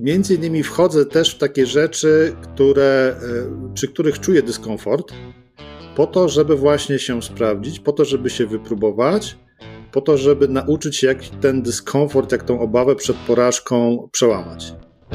Między innymi wchodzę też w takie rzeczy, przy których czuję dyskomfort, po to, żeby właśnie się sprawdzić, po to, żeby się wypróbować, po to, żeby nauczyć się, jak ten dyskomfort, jak tą obawę przed porażką przełamać.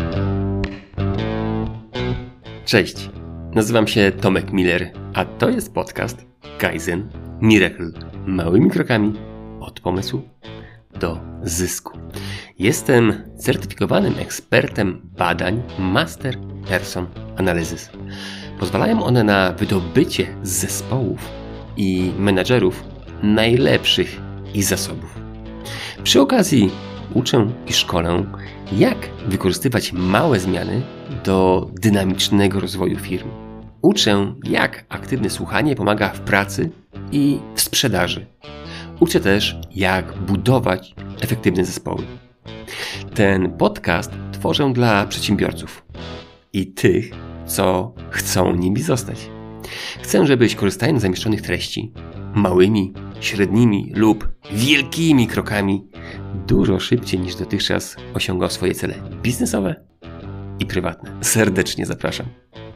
Cześć, nazywam się Tomek Miller, a to jest podcast Kaizen Miracle. Małymi krokami od pomysłu do zysku. Jestem certyfikowanym ekspertem badań Master Person Analysis. Pozwalają one na wydobycie z zespołów i menadżerów najlepszych ich zasobów. Przy okazji uczę i szkolę, jak wykorzystywać małe zmiany do dynamicznego rozwoju firm. Uczę, jak aktywne słuchanie pomaga w pracy i w sprzedaży. Uczę też, jak budować efektywne zespoły. Ten podcast tworzę dla przedsiębiorców i tych, co chcą nimi zostać. Chcę, żebyś korzystając z zamieszczonych treści małymi, średnimi lub wielkimi krokami dużo szybciej niż dotychczas osiągał swoje cele biznesowe i prywatne. Serdecznie zapraszam.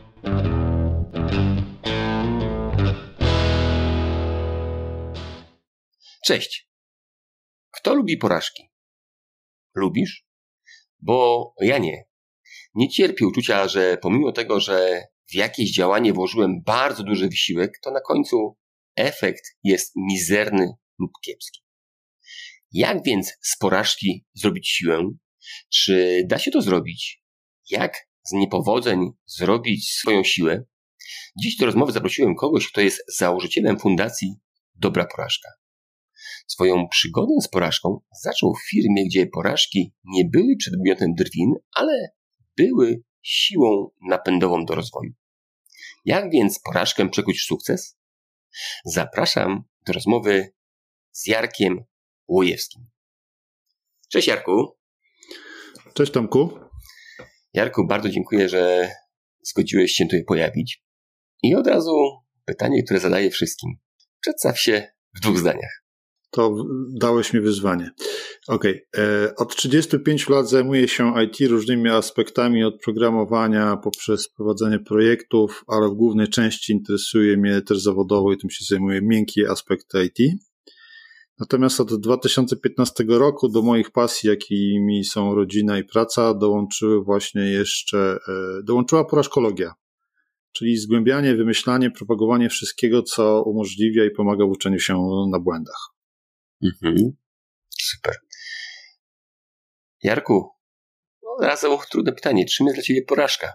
Cześć. Kto lubi porażki? Lubisz? Bo ja nie. Nie cierpię uczucia, że pomimo tego, że w jakieś działanie włożyłem bardzo duży wysiłek, to na końcu efekt jest mizerny lub kiepski. Jak więc z porażki zrobić siłę? Czy da się to zrobić? Jak z niepowodzeń zrobić swoją siłę? Dziś do rozmowy zaprosiłem kogoś, kto jest założycielem fundacji Dobra Porażka. Swoją przygodę z porażką zaczął w firmie, gdzie porażki nie były przedmiotem drwin, ale były siłą napędową do rozwoju. Jak więc porażkę przekuć w sukces? Zapraszam do rozmowy z Jarkiem Łojewskim. Cześć Jarku. Cześć Tomku. Jarku, bardzo dziękuję, że zgodziłeś się tutaj pojawić. I od razu pytanie, które zadaję wszystkim. Przedstaw się w 2 zdaniach. To dałeś mi wyzwanie. Okej. Od 35 lat zajmuję się IT różnymi aspektami od programowania poprzez prowadzenie projektów, ale w głównej części interesuje mnie też zawodowo i tym się zajmuję miękkie aspekty IT. Natomiast od 2015 roku do moich pasji, jakimi są rodzina i praca, dołączyła porażkologia, czyli zgłębianie, wymyślanie, propagowanie wszystkiego, co umożliwia i pomaga w uczeniu się na błędach. Super. Jarku, od razu trudne pytanie. Czym jest dla Ciebie porażka?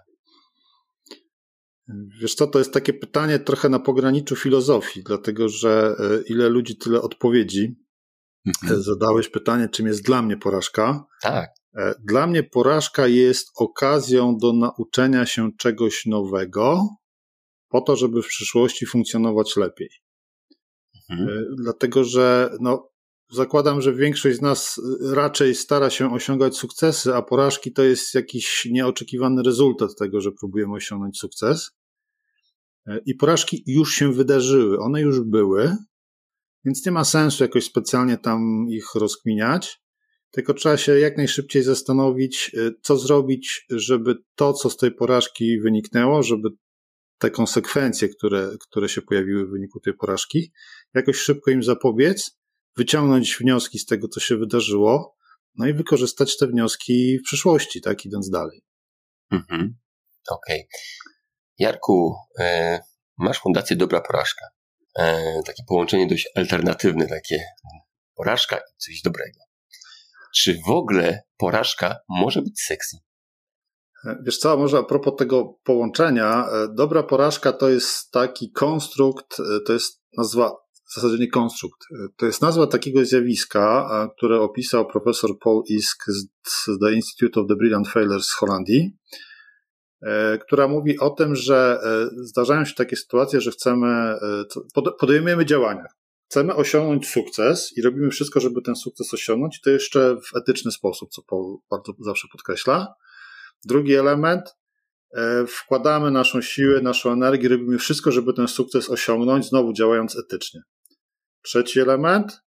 Wiesz co, to jest takie pytanie trochę na pograniczu filozofii, dlatego że ile ludzi, tyle odpowiedzi. Zadałeś pytanie, czym jest dla mnie porażka. Tak. Dla mnie porażka jest okazją do nauczenia się czegoś nowego po to, żeby w przyszłości funkcjonować lepiej. Dlatego, że zakładam, że większość z nas raczej stara się osiągać sukcesy, a porażki to jest jakiś nieoczekiwany rezultat tego, że próbujemy osiągnąć sukces. I porażki już się wydarzyły, one już były, więc nie ma sensu jakoś specjalnie tam ich rozkminiać, tylko trzeba się jak najszybciej zastanowić, co zrobić, żeby to, co z tej porażki wyniknęło, żeby te konsekwencje, które się pojawiły w wyniku tej porażki, jakoś szybko im zapobiec, wyciągnąć wnioski z tego, co się wydarzyło, no i wykorzystać te wnioski w przyszłości, tak, idąc dalej. Okej. Jarku, masz fundację Dobra Porażka. Takie połączenie dość alternatywne, takie porażka i coś dobrego. Czy w ogóle porażka może być sexy? Wiesz co, może a propos tego połączenia, dobra porażka to jest taki konstrukt, to jest nazwa, w zasadzie nie konstrukt, to jest nazwa takiego zjawiska, które opisał profesor Paul Isk z The Institute of the Brilliant Failures z Holandii, która mówi o tym, że zdarzają się takie sytuacje, że podejmujemy działania. Chcemy osiągnąć sukces i robimy wszystko, żeby ten sukces osiągnąć, i to jeszcze w etyczny sposób, co Paul bardzo zawsze podkreśla. Drugi element, wkładamy naszą siłę, naszą energię, robimy wszystko, żeby ten sukces osiągnąć, znowu działając etycznie. Trzeci element,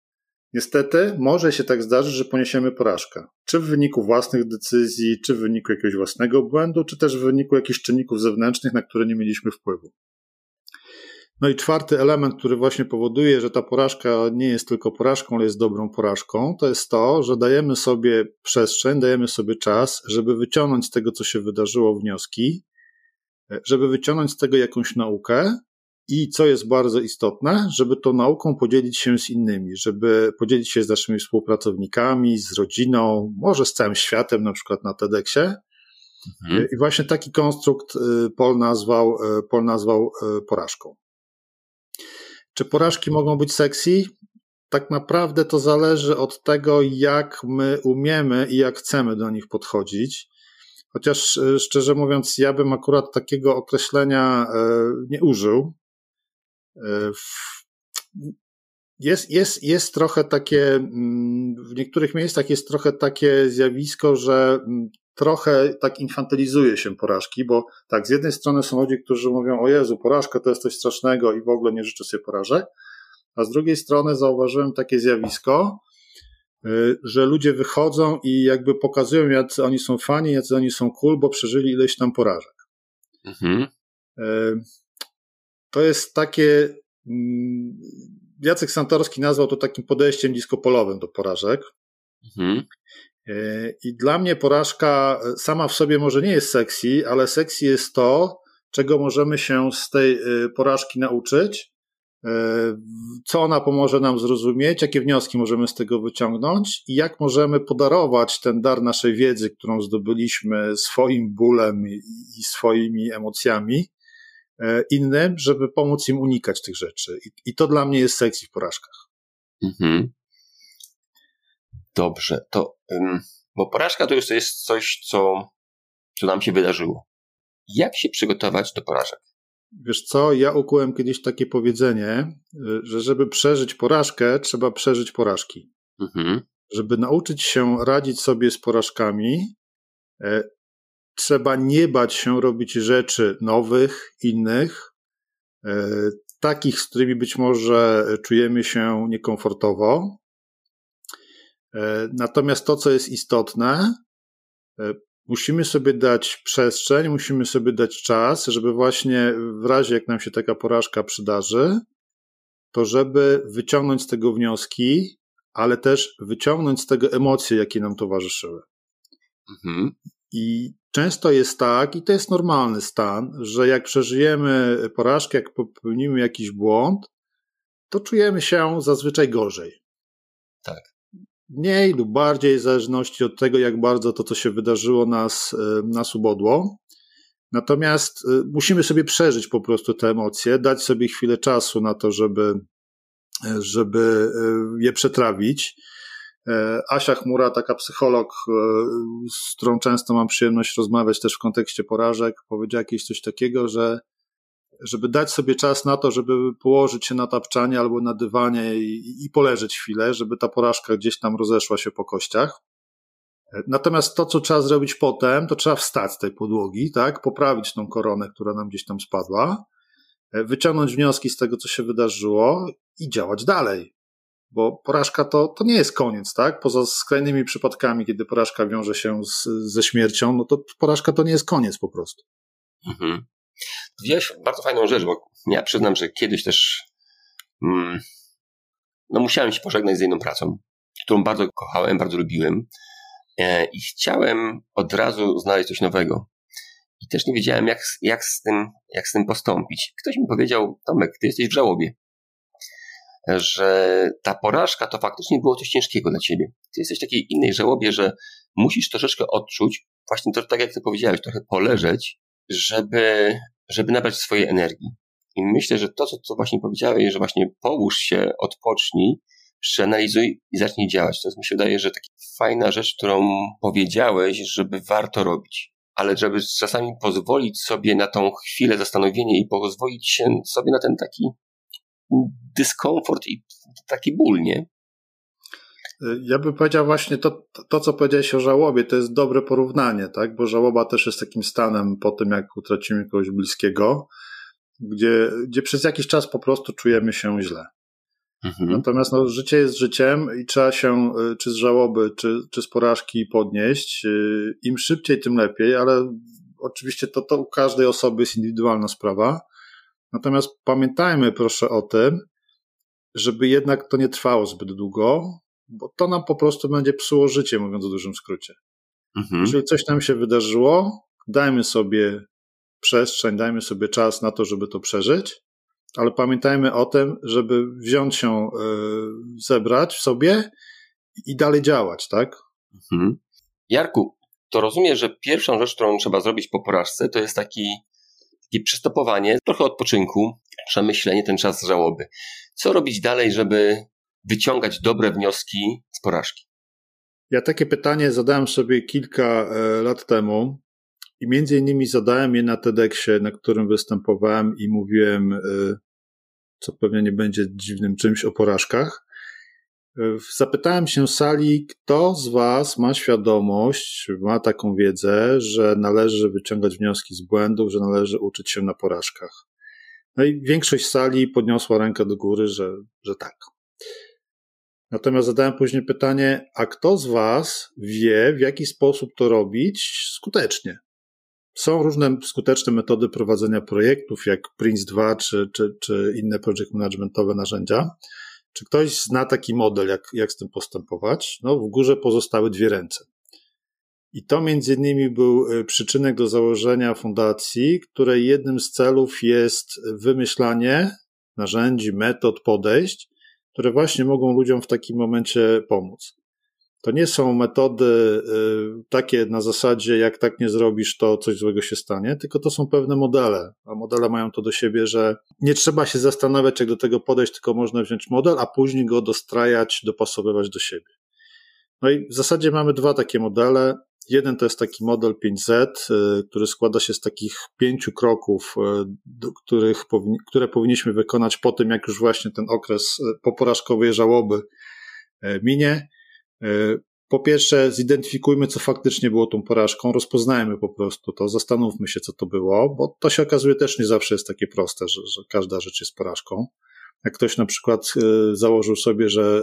Niestety może się tak zdarzyć, że poniesiemy porażkę. Czy w wyniku własnych decyzji, czy w wyniku jakiegoś własnego błędu, czy też w wyniku jakichś czynników zewnętrznych, na które nie mieliśmy wpływu. No i czwarty element, który właśnie powoduje, że ta porażka nie jest tylko porażką, ale jest dobrą porażką, to jest to, że dajemy sobie przestrzeń, dajemy sobie czas, żeby wyciągnąć z tego, co się wydarzyło, wnioski, żeby wyciągnąć z tego jakąś naukę i, co jest bardzo istotne, żeby tą nauką podzielić się z innymi, żeby podzielić się z naszymi współpracownikami, z rodziną, może z całym światem, na przykład na TEDxie. I właśnie taki konstrukt Paul nazwał porażką. Czy porażki mogą być sexy? Tak naprawdę to zależy od tego, jak my umiemy i jak chcemy do nich podchodzić. Chociaż szczerze mówiąc, ja bym akurat takiego określenia nie użył. Jest trochę takie, w niektórych miejscach jest trochę takie zjawisko, że trochę tak infantylizuje się porażki, bo tak, z jednej strony są ludzie, którzy mówią, o Jezu, porażka to jest coś strasznego i w ogóle nie życzę sobie porażek, a z drugiej strony zauważyłem takie zjawisko, że ludzie wychodzą i jakby pokazują, jacy oni są fani, jacy oni są cool, bo przeżyli ileś tam porażek. To jest takie, Jacek Santorski nazwał to takim podejściem disco-polowym do porażek. I dla mnie porażka sama w sobie może nie jest sexy, ale sexy jest to, czego możemy się z tej porażki nauczyć, co ona pomoże nam zrozumieć, jakie wnioski możemy z tego wyciągnąć i jak możemy podarować ten dar naszej wiedzy, którą zdobyliśmy swoim bólem i swoimi emocjami innym, żeby pomóc im unikać tych rzeczy. I to dla mnie jest sexy w porażkach. Dobrze, to bo porażka to już jest coś, co nam się wydarzyło. Jak się przygotować do porażek? Wiesz co, ja ukułem kiedyś takie powiedzenie, że żeby przeżyć porażkę, trzeba przeżyć porażki. Żeby nauczyć się radzić sobie z porażkami, trzeba nie bać się robić rzeczy nowych, innych, takich, z którymi być może czujemy się niekomfortowo. Natomiast to, co jest istotne, musimy sobie dać przestrzeń, musimy sobie dać czas, żeby właśnie w razie, jak nam się taka porażka przydarzy, to żeby wyciągnąć z tego wnioski, ale też wyciągnąć z tego emocje, jakie nam towarzyszyły. I często jest tak, i to jest normalny stan, że jak przeżyjemy porażkę, jak popełnimy jakiś błąd, to czujemy się zazwyczaj gorzej. Tak. Mniej lub bardziej, w zależności od tego, jak bardzo to, co się wydarzyło, nas ubodło. Natomiast musimy sobie przeżyć po prostu te emocje, dać sobie chwilę czasu na to, żeby je przetrawić. Asia Chmura, taka psycholog, z którą często mam przyjemność rozmawiać też w kontekście porażek, powiedziała jakieś coś takiego, że żeby dać sobie czas na to, żeby położyć się na tapczanie albo na dywanie i poleżeć chwilę, żeby ta porażka gdzieś tam rozeszła się po kościach. Natomiast to, co trzeba zrobić potem, to trzeba wstać z tej podłogi, tak, poprawić tą koronę, która nam gdzieś tam spadła, wyciągnąć wnioski z tego, co się wydarzyło i działać dalej. Bo porażka to nie jest koniec, tak? Poza skrajnymi przypadkami, kiedy porażka wiąże się ze śmiercią, no to porażka to nie jest koniec po prostu. Widziałeś bardzo fajną rzecz, bo ja przyznam, że kiedyś też musiałem się pożegnać z jedną pracą, którą bardzo kochałem, bardzo lubiłem i chciałem od razu znaleźć coś nowego. I też nie wiedziałem, jak z tym postąpić. Ktoś mi powiedział, Tomek, ty jesteś w żałobie. Że ta porażka to faktycznie było coś ciężkiego dla ciebie. Ty jesteś w takiej innej żałobie, że musisz troszeczkę odczuć, właśnie to, tak jak ty powiedziałeś, trochę poleżeć, żeby nabrać swojej energii. I myślę, że to, co właśnie powiedziałeś, że właśnie połóż się, odpocznij, przeanalizuj i zacznij działać. To jest, mi się wydaje, że taka fajna rzecz, którą powiedziałeś, żeby warto robić. Ale żeby czasami pozwolić sobie na tą chwilę zastanowienia i pozwolić się sobie na ten taki dyskomfort i taki ból, nie? Ja bym powiedział właśnie to, co powiedziałeś o żałobie, to jest dobre porównanie, tak? Bo żałoba też jest takim stanem po tym, jak utracimy kogoś bliskiego, gdzie przez jakiś czas po prostu czujemy się źle. Natomiast życie jest życiem i trzeba się czy z żałoby, czy z porażki podnieść. Im szybciej, tym lepiej, ale oczywiście to u każdej osoby jest indywidualna sprawa. Natomiast pamiętajmy proszę o tym, żeby jednak to nie trwało zbyt długo, bo to nam po prostu będzie psuło życie, mówiąc w dużym skrócie. Jeżeli coś nam się wydarzyło, dajmy sobie przestrzeń, dajmy sobie czas na to, żeby to przeżyć, ale pamiętajmy o tym, żeby wziąć się, zebrać w sobie i dalej działać, tak? Jarku, to rozumiem, że pierwszą rzecz, którą trzeba zrobić po porażce, to jest takie przystopowanie, trochę odpoczynku, przemyślenie, ten czas żałoby. Co robić dalej, żeby wyciągać dobre wnioski z porażki? Ja takie pytanie zadałem sobie kilka lat temu i między innymi zadałem je na TEDxie, na którym występowałem i mówiłem, co pewnie nie będzie dziwnym czymś, o porażkach. Zapytałem się sali, kto z was ma świadomość, ma taką wiedzę, że należy wyciągać wnioski z błędów, że należy uczyć się na porażkach. No i większość sali podniosła rękę do góry, że tak. Natomiast zadałem później pytanie, a kto z was wie, w jaki sposób to robić skutecznie? Są różne skuteczne metody prowadzenia projektów, jak Prince2 czy inne project managementowe narzędzia. Czy ktoś zna taki model, jak z tym postępować? No, w górze pozostały 2 ręce. I to między innymi był przyczynek do założenia fundacji, której jednym z celów jest wymyślanie narzędzi, metod, podejść, które właśnie mogą ludziom w takim momencie pomóc. To nie są metody takie na zasadzie, jak tak nie zrobisz, to coś złego się stanie, tylko to są pewne modele, a modele mają to do siebie, że nie trzeba się zastanawiać, jak do tego podejść, tylko można wziąć model, a później go dostrajać, dopasowywać do siebie. No i w zasadzie mamy 2 takie modele. Jeden to jest taki model 5Z, który składa się z takich 5 kroków, które powinniśmy wykonać po tym, jak już właśnie ten okres poporażkowej żałoby minie. Po pierwsze, zidentyfikujmy, co faktycznie było tą porażką, rozpoznajmy po prostu to, zastanówmy się, co to było, bo to się okazuje też nie zawsze jest takie proste, że każda rzecz jest porażką. Jak ktoś na przykład założył sobie, że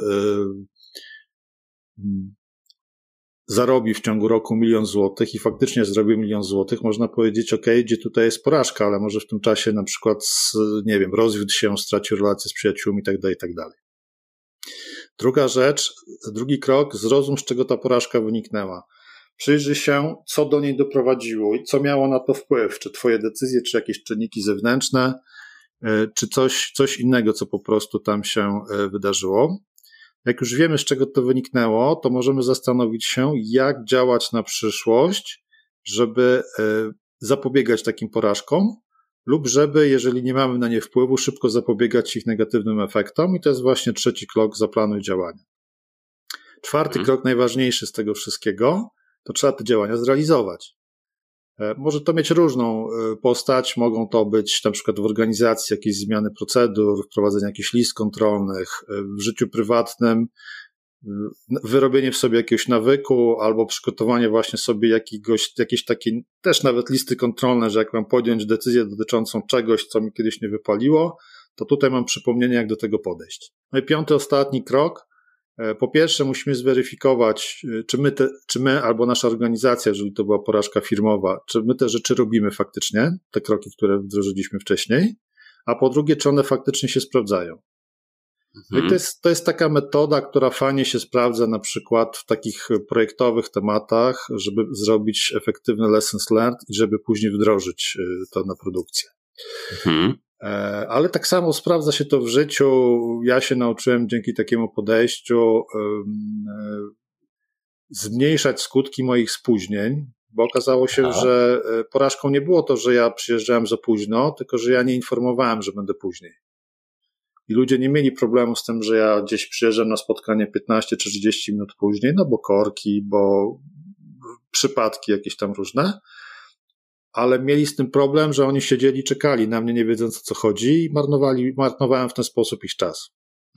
zarobi w ciągu roku 1 000 000 złotych i faktycznie zrobił 1 000 000 złotych, można powiedzieć, gdzie tutaj jest porażka, ale może w tym czasie na przykład, rozwiódł się, stracił relacje z przyjaciółmi i tak dalej. Druga rzecz, drugi krok, zrozum, z czego ta porażka wyniknęła. Przyjrzyj się, co do niej doprowadziło i co miało na to wpływ, czy twoje decyzje, czy jakieś czynniki zewnętrzne, czy coś innego, co po prostu tam się wydarzyło. Jak już wiemy, z czego to wyniknęło, to możemy zastanowić się, jak działać na przyszłość, żeby zapobiegać takim porażkom lub żeby, jeżeli nie mamy na nie wpływu, szybko zapobiegać ich negatywnym efektom i to jest właśnie 3. krok, zaplanuj działania. 4. krok, najważniejszy z tego wszystkiego, to trzeba te działania zrealizować. Może to mieć różną postać, mogą to być na przykład w organizacji jakieś zmiany procedur, wprowadzenie jakichś list kontrolnych, w życiu prywatnym wyrobienie w sobie jakiegoś nawyku albo przygotowanie właśnie sobie jakiejś takiej też nawet listy kontrolne, że jak mam podjąć decyzję dotyczącą czegoś, co mi kiedyś nie wypaliło, to tutaj mam przypomnienie, jak do tego podejść. No i 5. ostatni krok. Po pierwsze musimy zweryfikować, czy my albo nasza organizacja, jeżeli to była porażka firmowa, czy my te rzeczy robimy faktycznie, te kroki, które wdrożyliśmy wcześniej, a po drugie, czy one faktycznie się sprawdzają. No i to jest taka metoda, która fajnie się sprawdza na przykład w takich projektowych tematach, żeby zrobić efektywne lessons learned i żeby później wdrożyć to na produkcję. Ale tak samo sprawdza się to w życiu. Ja się nauczyłem dzięki takiemu podejściu zmniejszać skutki moich spóźnień, bo okazało się, że porażką nie było to, że ja przyjeżdżałem za późno, tylko że ja nie informowałem, że będę później. I ludzie nie mieli problemu z tym, że ja gdzieś przyjeżdżam na spotkanie 15 czy 30 minut później, no bo korki, bo przypadki jakieś tam różne, ale mieli z tym problem, że oni siedzieli, czekali na mnie, nie wiedząc, o co chodzi i marnowałem w ten sposób ich czas.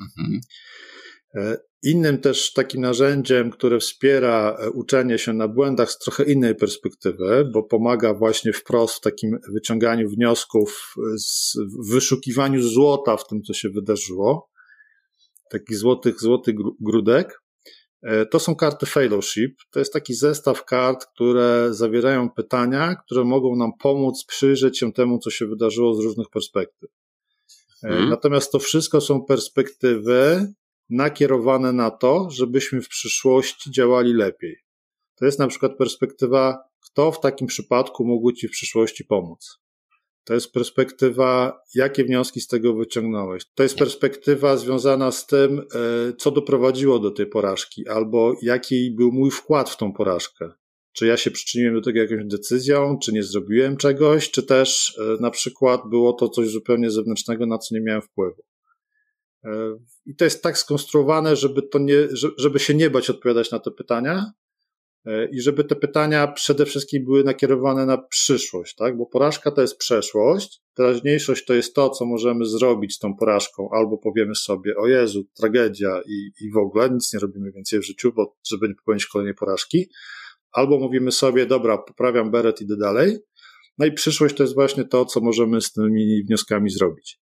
Innym też takim narzędziem, które wspiera uczenie się na błędach z trochę innej perspektywy, bo pomaga właśnie wprost w takim wyciąganiu wniosków, w wyszukiwaniu złota w tym, co się wydarzyło, taki złoty grudek. To są karty Fellowship. To jest taki zestaw kart, które zawierają pytania, które mogą nam pomóc przyjrzeć się temu, co się wydarzyło z różnych perspektyw. Natomiast to wszystko są perspektywy nakierowane na to, żebyśmy w przyszłości działali lepiej. To jest na przykład perspektywa, kto w takim przypadku mógłby Ci w przyszłości pomóc. To jest perspektywa, jakie wnioski z tego wyciągnąłeś. To jest perspektywa związana z tym, co doprowadziło do tej porażki, albo jaki był mój wkład w tą porażkę. Czy ja się przyczyniłem do tego jakąś decyzją, czy nie zrobiłem czegoś, czy też na przykład było to coś zupełnie zewnętrznego, na co nie miałem wpływu. I to jest tak skonstruowane, żeby się nie bać odpowiadać na te pytania i żeby te pytania przede wszystkim były nakierowane na przyszłość, tak? Bo porażka to jest przeszłość, teraźniejszość to jest to, co możemy zrobić z tą porażką, albo powiemy sobie, o Jezu, tragedia i w ogóle nic nie robimy więcej w życiu, żeby nie popełnić kolejnej porażki, albo mówimy sobie, dobra, poprawiam beret, idę dalej. No i przyszłość to jest właśnie to, co możemy z tymi wnioskami zrobić.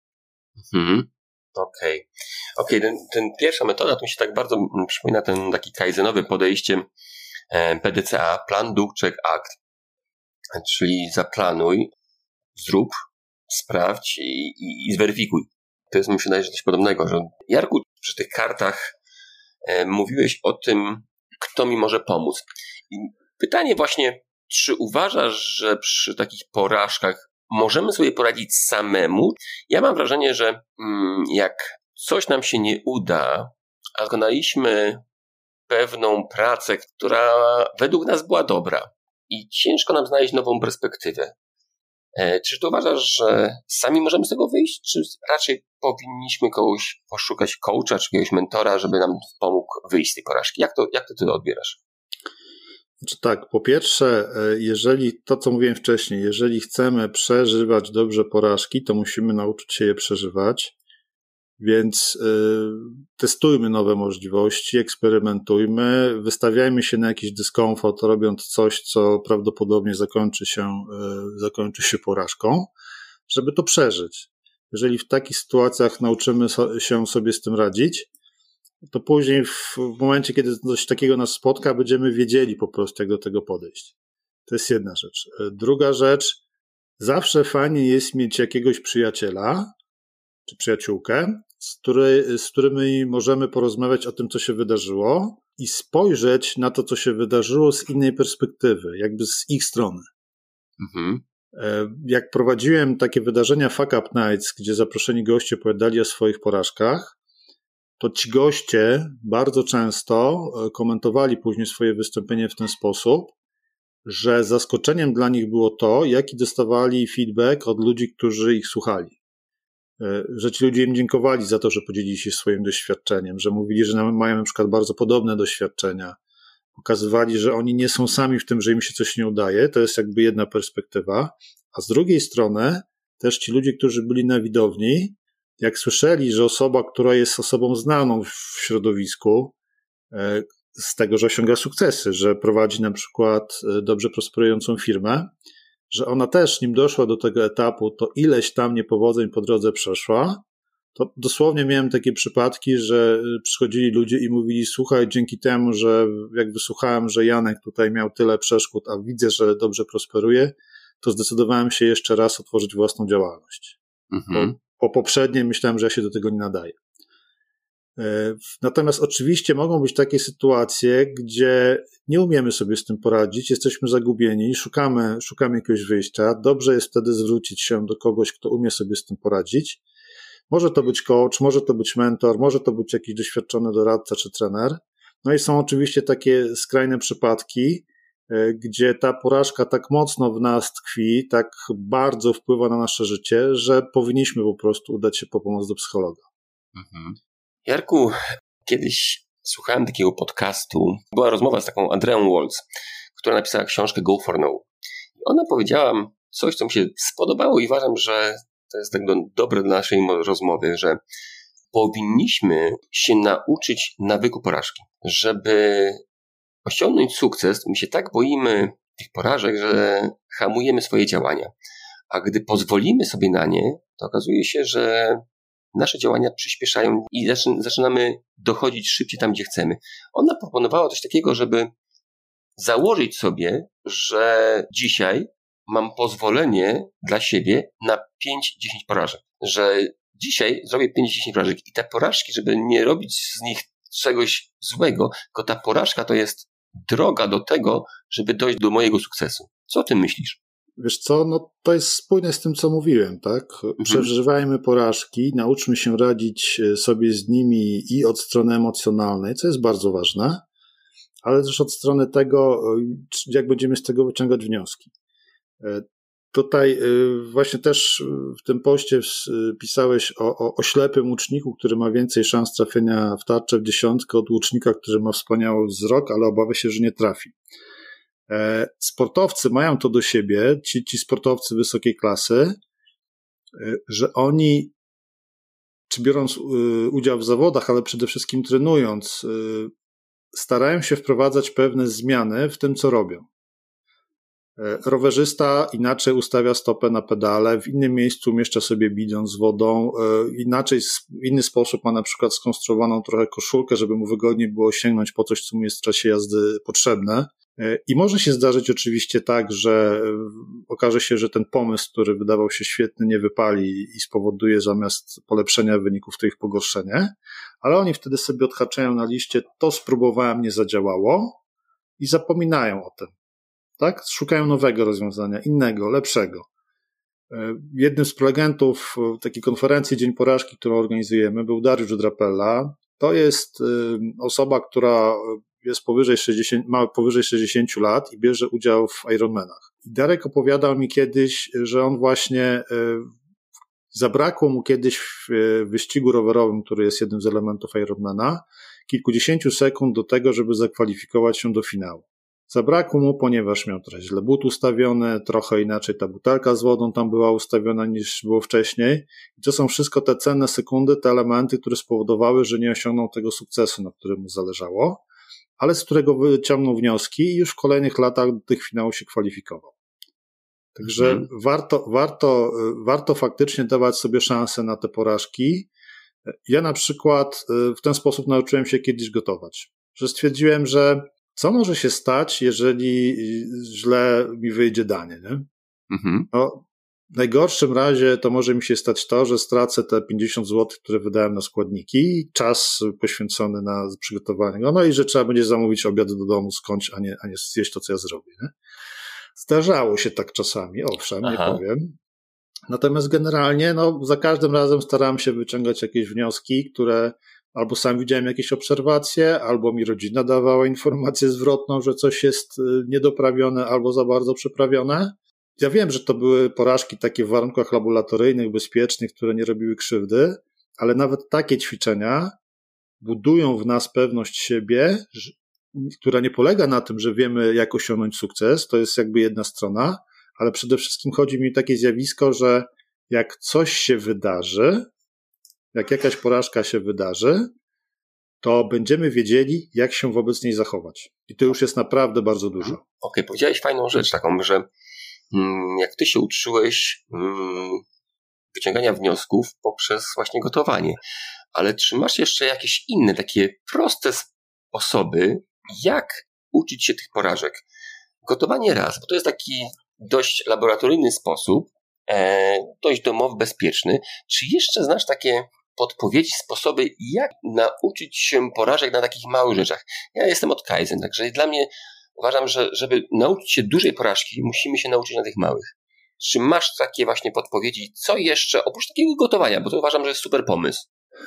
Okej. Ten pierwsza metoda, to mi się tak bardzo przypomina ten taki kaizenowe podejście PDCA, Plan, Do, Check, Act. Czyli zaplanuj, zrób, sprawdź i zweryfikuj. To jest, mi się wydaje, że coś podobnego. Że Jarku, przy tych kartach mówiłeś o tym, kto mi może pomóc. I pytanie właśnie, czy uważasz, że przy takich porażkach możemy sobie poradzić samemu? Ja mam wrażenie, że jak coś nam się nie uda, a wykonaliśmy pewną pracę, która według nas była dobra i ciężko nam znaleźć nową perspektywę. Czy ty uważasz, że sami możemy z tego wyjść, czy raczej powinniśmy kogoś poszukać coacha, czy jakiegoś mentora, żeby nam pomógł wyjść z tej porażki? Jak ty odbierasz? Znaczy tak, po pierwsze, jeżeli to, co mówiłem wcześniej, jeżeli chcemy przeżywać dobrze porażki, to musimy nauczyć się je przeżywać, więc testujmy nowe możliwości, eksperymentujmy, wystawiajmy się na jakiś dyskomfort, robiąc coś, co prawdopodobnie zakończy się porażką, żeby to przeżyć. Jeżeli w takich sytuacjach nauczymy się sobie z tym radzić, to później w momencie, kiedy coś takiego nas spotka, będziemy wiedzieli po prostu, jak do tego podejść. To jest jedna rzecz. Druga rzecz, zawsze fajnie jest mieć jakiegoś przyjaciela czy przyjaciółkę, z którymi możemy porozmawiać o tym, co się wydarzyło i spojrzeć na to, co się wydarzyło z innej perspektywy, jakby z ich strony. Jak prowadziłem takie wydarzenia Fuck Up Nights, gdzie zaproszeni goście opowiadali o swoich porażkach, to ci goście bardzo często komentowali później swoje wystąpienie w ten sposób, że zaskoczeniem dla nich było to, jaki dostawali feedback od ludzi, którzy ich słuchali. Że ci ludzie im dziękowali za to, że podzielili się swoim doświadczeniem, że mówili, że mają na przykład bardzo podobne doświadczenia. Pokazywali, że oni nie są sami w tym, że im się coś nie udaje. To jest jakby jedna perspektywa. A z drugiej strony też ci ludzie, którzy byli na widowni, jak słyszeli, że osoba, która jest osobą znaną w środowisku, z tego, że osiąga sukcesy, że prowadzi na przykład dobrze prosperującą firmę, że ona też, nim doszła do tego etapu, to ileś tam niepowodzeń po drodze przeszła, to dosłownie miałem takie przypadki, że przychodzili ludzie i mówili, słuchaj, dzięki temu, że jak wysłuchałem, że Janek tutaj miał tyle przeszkód, a widzę, że dobrze prosperuje, to zdecydowałem się jeszcze raz otworzyć własną działalność. Po poprzedniej myślałem, że ja się do tego nie nadaję. Natomiast oczywiście mogą być takie sytuacje, gdzie nie umiemy sobie z tym poradzić, jesteśmy zagubieni, szukamy jakiegoś wyjścia. Dobrze jest wtedy zwrócić się do kogoś, kto umie sobie z tym poradzić. Może to być coach, może to być mentor, może to być jakiś doświadczony doradca czy trener. No i są oczywiście takie skrajne przypadki, gdzie ta porażka tak mocno w nas tkwi, tak bardzo wpływa na nasze życie, że powinniśmy po prostu udać się po pomoc do psychologa. Jarku, kiedyś słuchałem takiego podcastu, była rozmowa z taką Andreą Waltz, która napisała książkę Go for No. I ona powiedziała coś, co mi się spodobało i uważam, że to jest tak dobre dla naszej rozmowy, że powinniśmy się nauczyć nawyku porażki. Żeby osiągnąć sukces, my się tak boimy tych porażek, że hamujemy swoje działania. A gdy pozwolimy sobie na nie, to okazuje się, że nasze działania przyspieszają i zaczynamy dochodzić szybciej tam, gdzie chcemy. Ona proponowała coś takiego, żeby założyć sobie, że dzisiaj mam pozwolenie dla siebie na 5-10 porażek. Że dzisiaj zrobię 5-10 porażek i te porażki, żeby nie robić z nich czegoś złego, tylko ta porażka to jest droga do tego, żeby dojść do mojego sukcesu. Co o tym myślisz? Wiesz co, no to jest spójne z tym, co mówiłem, tak? Przeżywajmy porażki, nauczmy się radzić sobie z nimi i od strony emocjonalnej, co jest bardzo ważne, ale też od strony tego, jak będziemy z tego wyciągać wnioski. Tutaj właśnie też w tym poście pisałeś o ślepym łuczniku, który ma więcej szans trafienia w tarczę w dziesiątkę od łucznika, który ma wspaniały wzrok, ale obawia się, że nie trafi. Sportowcy mają to do siebie, ci sportowcy wysokiej klasy, że oni, czy biorąc udział w zawodach, ale przede wszystkim trenując, starają się wprowadzać pewne zmiany w tym, co robią. Rowerzysta inaczej ustawia stopę na pedale, w innym miejscu umieszcza sobie bidon z wodą, inaczej, w inny sposób ma na przykład skonstruowaną trochę koszulkę, żeby mu wygodniej było sięgnąć po coś, co mu jest w czasie jazdy potrzebne. I może się zdarzyć oczywiście tak, że okaże się, że ten pomysł, który wydawał się świetny, nie wypali i spowoduje zamiast polepszenia wyników to ich pogorszenie, ale oni wtedy sobie odhaczają na liście, to spróbowałem, nie zadziałało i zapominają o tym. Tak? Szukają nowego rozwiązania, innego, lepszego. Jednym z prelegentów takiej konferencji Dzień Porażki, którą organizujemy, był Dariusz Drapella. To jest osoba, która jest ma powyżej 60 lat i bierze udział w Ironmanach. I Darek opowiadał mi kiedyś, że on właśnie zabrakło mu kiedyś w wyścigu rowerowym, który jest jednym z elementów Ironmana, kilkudziesięciu sekund do tego, żeby zakwalifikować się do finału. Zabrakło mu, ponieważ miał trochę źle but ustawiony, trochę inaczej ta butelka z wodą tam była ustawiona niż było wcześniej. I to są wszystko te cenne sekundy, te elementy, które spowodowały, że nie osiągnął tego sukcesu, na którym mu zależało, ale z którego wyciągnął wnioski i już w kolejnych latach do tych finałów się kwalifikował. Także warto faktycznie dawać sobie szansę na te porażki. Ja na przykład w ten sposób nauczyłem się kiedyś gotować, że stwierdziłem, że co może się stać, jeżeli źle mi wyjdzie danie, nie? No, w najgorszym razie to może mi się stać to, że stracę te 50 zł, które wydałem na składniki i czas poświęcony na przygotowanie go, no i że trzeba będzie zamówić obiad do domu skądś, a nie zjeść to, co ja zrobię, nie? Zdarzało się tak czasami, owszem, nie powiem. Natomiast generalnie, no, za każdym razem starałem się wyciągać jakieś wnioski, które albo sam widziałem jakieś obserwacje, albo mi rodzina dawała informację zwrotną, że coś jest niedoprawione albo za bardzo przyprawione. Ja wiem, że to były porażki takie w warunkach laboratoryjnych, bezpiecznych, które nie robiły krzywdy, ale nawet takie ćwiczenia budują w nas pewność siebie, która nie polega na tym, że wiemy, jak osiągnąć sukces, to jest jakby jedna strona, ale przede wszystkim chodzi mi o takie zjawisko, że jak coś się wydarzy, jak jakaś porażka się wydarzy, to będziemy wiedzieli, jak się wobec niej zachować. I to już jest naprawdę bardzo dużo. Okej, powiedziałeś fajną rzecz taką, że jak ty się uczyłeś wyciągania wniosków poprzez właśnie gotowanie, ale czy masz jeszcze jakieś inne takie proste sposoby, jak uczyć się tych porażek? Gotowanie raz, bo to jest taki dość laboratoryjny sposób, dość domowy, bezpieczny. Czy jeszcze znasz takie podpowiedzi, sposoby, jak nauczyć się porażek na takich małych rzeczach? Ja jestem od Kaizen, także dla mnie uważam, że żeby nauczyć się dużej porażki, musimy się nauczyć na tych małych. Czy masz takie właśnie podpowiedzi, co jeszcze, oprócz takiego gotowania, bo to uważam, że jest super pomysł.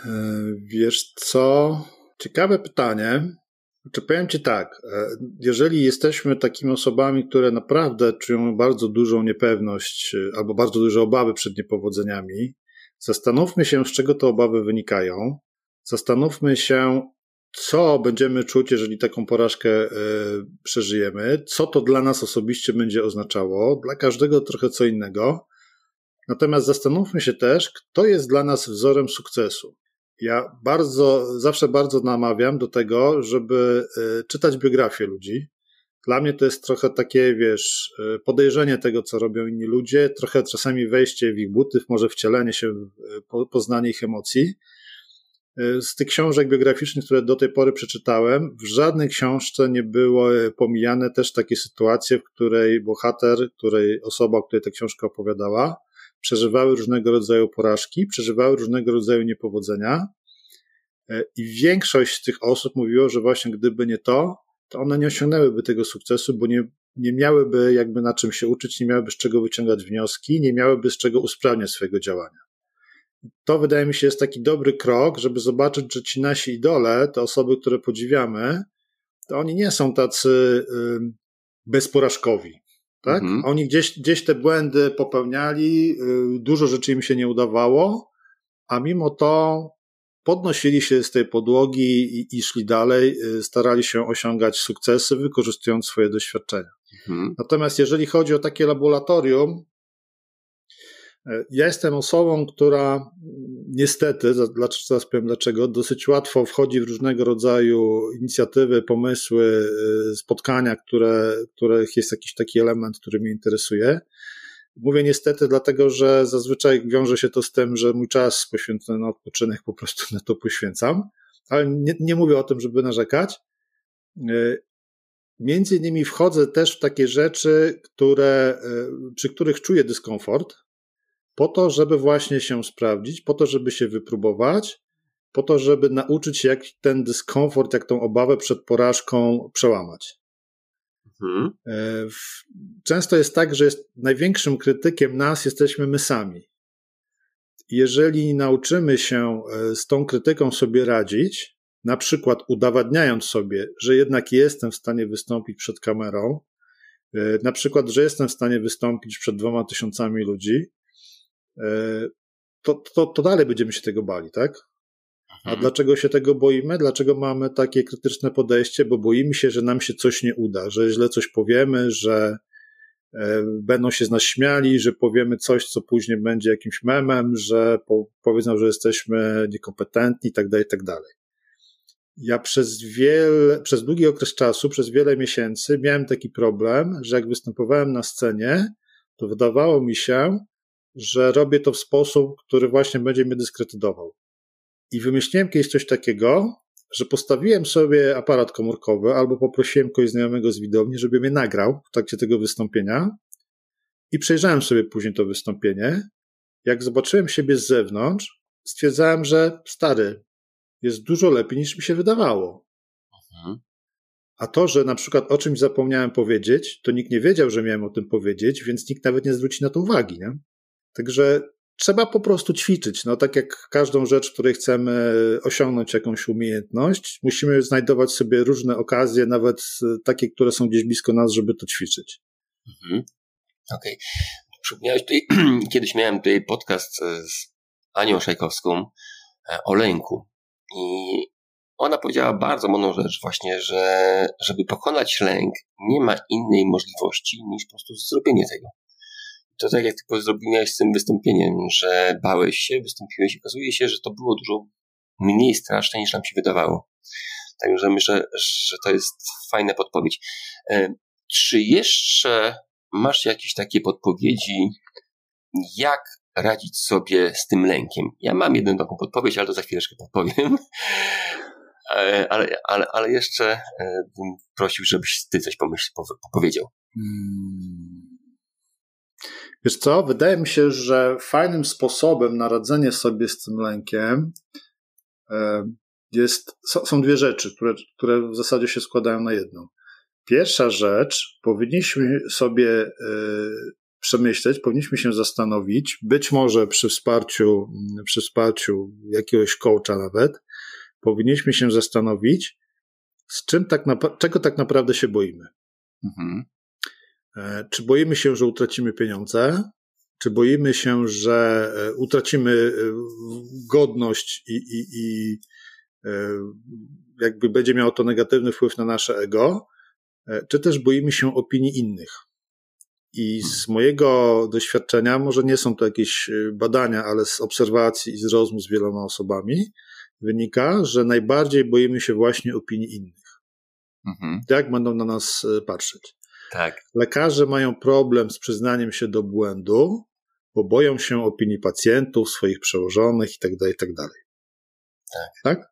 Wiesz co? Ciekawe pytanie. Czy powiem Ci tak, jeżeli jesteśmy takimi osobami, które naprawdę czują bardzo dużą niepewność albo bardzo duże obawy przed niepowodzeniami, zastanówmy się, z czego te obawy wynikają. Zastanówmy się, co będziemy czuć, jeżeli taką porażkę przeżyjemy, co to dla nas osobiście będzie oznaczało, dla każdego trochę co innego. Natomiast zastanówmy się też, kto jest dla nas wzorem sukcesu. Ja zawsze bardzo namawiam do tego, żeby czytać biografię ludzi, Dla mnie to jest trochę takie, podejrzenie tego, co robią inni ludzie, trochę czasami wejście w ich buty, może wcielenie się, poznanie ich emocji. Z tych książek biograficznych, które do tej pory przeczytałem, w żadnej książce nie były pomijane też takie sytuacje, w której bohater, osoba, o której ta książka opowiadała, przeżywały różnego rodzaju porażki, przeżywały różnego rodzaju niepowodzenia. I większość z tych osób mówiło, że właśnie gdyby nie to one nie osiągnęłyby tego sukcesu, bo nie miałyby jakby na czym się uczyć, nie miałyby z czego wyciągać wnioski, nie miałyby z czego usprawniać swojego działania. To wydaje mi się jest taki dobry krok, żeby zobaczyć, że ci nasi idole, te osoby, które podziwiamy, to oni nie są tacy bezporażkowi. Tak? Oni gdzieś te błędy popełniali, dużo rzeczy im się nie udawało, a mimo to podnosili się z tej podłogi i szli dalej, starali się osiągać sukcesy, wykorzystując swoje doświadczenia. Natomiast jeżeli chodzi o takie laboratorium, ja jestem osobą, która niestety, zaraz powiem dlaczego, dosyć łatwo wchodzi w różnego rodzaju inicjatywy, pomysły, spotkania, których jest jakiś taki element, który mnie interesuje. Mówię niestety, dlatego że zazwyczaj wiąże się to z tym, że mój czas poświęcony na odpoczynek po prostu na to poświęcam, ale nie mówię o tym, żeby narzekać. Między innymi wchodzę też w takie rzeczy, przy których czuję dyskomfort, po to, żeby właśnie się sprawdzić, po to, żeby się wypróbować, po to, żeby nauczyć się, jak ten dyskomfort, jak tą obawę przed porażką przełamać. Często jest tak, że największym krytykiem nas jesteśmy my sami. Jeżeli nauczymy się z tą krytyką sobie radzić, na przykład udowadniając sobie, że jednak jestem w stanie wystąpić przed kamerą, na przykład, że jestem w stanie wystąpić przed 2000 ludzi, to dalej będziemy się tego bali, tak? A dlaczego się tego boimy? Dlaczego mamy takie krytyczne podejście? Bo boimy się, że nam się coś nie uda, że źle coś powiemy, że będą się z nas śmiali, że powiemy coś, co później będzie jakimś memem, że powiedzą, że jesteśmy niekompetentni i tak dalej, i tak dalej. Ja przez długi okres czasu, przez wiele miesięcy miałem taki problem, że jak występowałem na scenie, to wydawało mi się, że robię to w sposób, który właśnie będzie mnie dyskredytował. I wymyśliłem kiedyś coś takiego, że postawiłem sobie aparat komórkowy albo poprosiłem kogoś znajomego z widowni, żeby mnie nagrał w trakcie tego wystąpienia i przejrzałem sobie później to wystąpienie. Jak zobaczyłem siebie z zewnątrz, stwierdzałem, że stary, jest dużo lepiej niż mi się wydawało. A to, że na przykład o czymś zapomniałem powiedzieć, to nikt nie wiedział, że miałem o tym powiedzieć, więc nikt nawet nie zwróci na to uwagi, nie? Także trzeba po prostu ćwiczyć. No, tak jak każdą rzecz, w której chcemy osiągnąć jakąś umiejętność, musimy znajdować sobie różne okazje, nawet takie, które są gdzieś blisko nas, żeby to ćwiczyć. Okej. Kiedyś miałem tutaj podcast z Anią Szajkowską o lęku i ona powiedziała bardzo mądrą rzecz właśnie, że żeby pokonać lęk, nie ma innej możliwości niż po prostu zrobienie tego. To tak jak ty zrobiłeś z tym wystąpieniem, że bałeś się, wystąpiłeś i okazuje się, że to było dużo mniej straszne niż nam się wydawało. Także myślę, że to jest fajna podpowiedź. Czy jeszcze masz jakieś takie podpowiedzi, jak radzić sobie z tym lękiem? Ja mam jedną taką podpowiedź, ale to za chwileczkę podpowiem. Ale jeszcze bym prosił, żebyś ty coś powiedział. Wiesz co, wydaje mi się, że fajnym sposobem na radzenie sobie z tym lękiem są dwie rzeczy, które w zasadzie się składają na jedną. Pierwsza rzecz, powinniśmy sobie przemyśleć, powinniśmy się zastanowić, być może przy wsparciu jakiegoś coacha nawet, powinniśmy się zastanowić, czego tak naprawdę się boimy. Czy boimy się, że utracimy pieniądze? Czy boimy się, że utracimy godność i jakby będzie miało to negatywny wpływ na nasze ego? Czy też boimy się opinii innych? I z mojego doświadczenia, może nie są to jakieś badania, ale z obserwacji i z rozmów z wieloma osobami wynika, że najbardziej boimy się właśnie opinii innych. Jak będą na nas patrzeć? Tak. Lekarze mają problem z przyznaniem się do błędu, bo boją się opinii pacjentów, swoich przełożonych itd. Tak?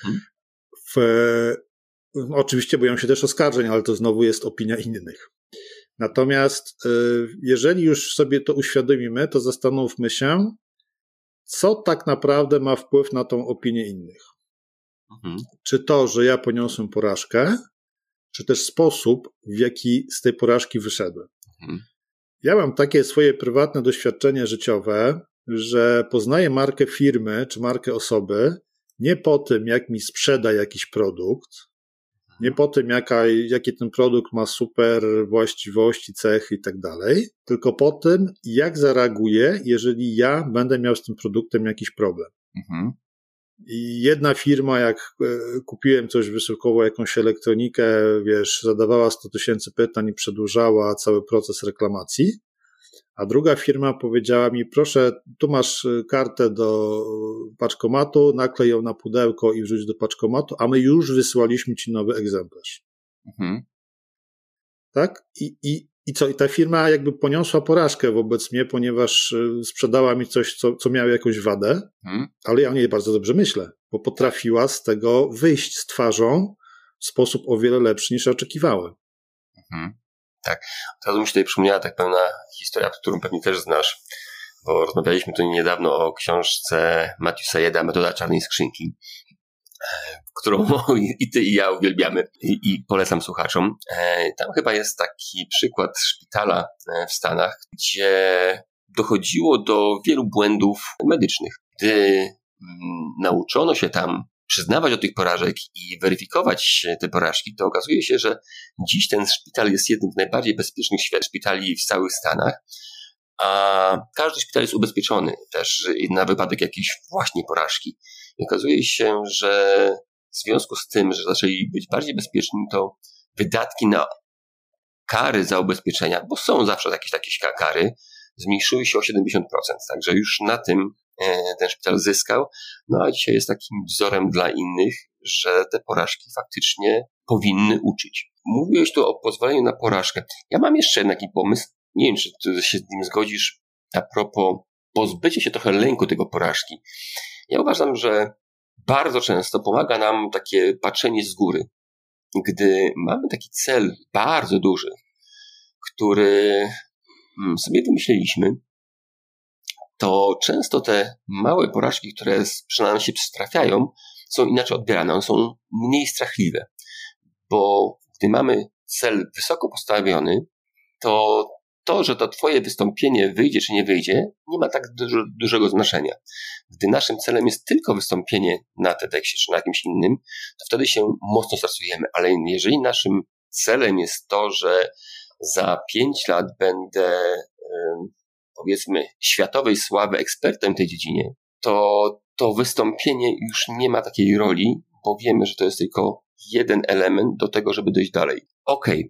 Oczywiście boją się też oskarżeń, ale to znowu jest opinia innych. Natomiast jeżeli już sobie to uświadomimy, to zastanówmy się, co tak naprawdę ma wpływ na tą opinię innych. Czy to, że ja poniosłem porażkę, czy też sposób, w jaki z tej porażki wyszedłem. Ja mam takie swoje prywatne doświadczenie życiowe, że poznaję markę firmy czy markę osoby nie po tym, jak mi sprzeda jakiś produkt, nie po tym, jakie ten produkt ma super właściwości, cechy i tak dalej, tylko po tym, jak zareaguje, jeżeli ja będę miał z tym produktem jakiś problem. I jedna firma, jak kupiłem coś wysyłkowo, jakąś elektronikę, zadawała 100 000 pytań i przedłużała cały proces reklamacji, a druga firma powiedziała mi, proszę, tu masz kartę do paczkomatu, naklej ją na pudełko i wrzuć do paczkomatu, a my już wysłaliśmy ci nowy egzemplarz. Tak? I co? I ta firma jakby poniosła porażkę wobec mnie, ponieważ sprzedała mi coś, co miało jakąś wadę, ale ja o niej bardzo dobrze myślę, bo potrafiła z tego wyjść z twarzą w sposób o wiele lepszy niż oczekiwałem. Tak. Teraz mi się tutaj przypomniała tak pewna historia, którą pewnie też znasz, bo rozmawialiśmy tu niedawno o książce Matthew Syeda, Metoda czarnej skrzynki, którą i ty i ja uwielbiamy i polecam słuchaczom. Tam chyba jest taki przykład szpitala w Stanach, gdzie dochodziło do wielu błędów medycznych. Gdy nauczono się tam przyznawać do tych porażek i weryfikować te porażki, to okazuje się, że dziś ten szpital jest jednym z najbardziej bezpiecznych szpitali w całych Stanach, a każdy szpital jest ubezpieczony też na wypadek jakiejś właśnie porażki. I okazuje się, że w związku z tym, że zaczęli być bardziej bezpieczni, to wydatki na kary za ubezpieczenia, bo są zawsze jakieś takie kary, zmniejszyły się o 70%. Także już na tym ten szpital zyskał. No a dzisiaj jest takim wzorem dla innych, że te porażki faktycznie powinny uczyć. Mówiłeś tu o pozwoleniu na porażkę. Ja mam jeszcze taki pomysł, nie wiem, czy ty się z nim zgodzisz, a propos pozbycia się trochę lęku tego porażki. Ja uważam, że bardzo często pomaga nam takie patrzenie z góry. Gdy mamy taki cel bardzo duży, który sobie wymyśliliśmy, to często te małe porażki, które nam się przytrafiają, są inaczej odbierane, one są mniej strachliwe. Bo gdy mamy cel wysoko postawiony, to, że to twoje wystąpienie wyjdzie czy nie wyjdzie, nie ma tak dużego znaczenia. Gdy naszym celem jest tylko wystąpienie na TEDxie czy na jakimś innym, to wtedy się mocno stresujemy. Ale jeżeli naszym celem jest to, że za 5 lat będę, powiedzmy, światowej sławy ekspertem w tej dziedzinie, to wystąpienie już nie ma takiej roli, bo wiemy, że to jest tylko jeden element do tego, żeby dojść dalej. Okej.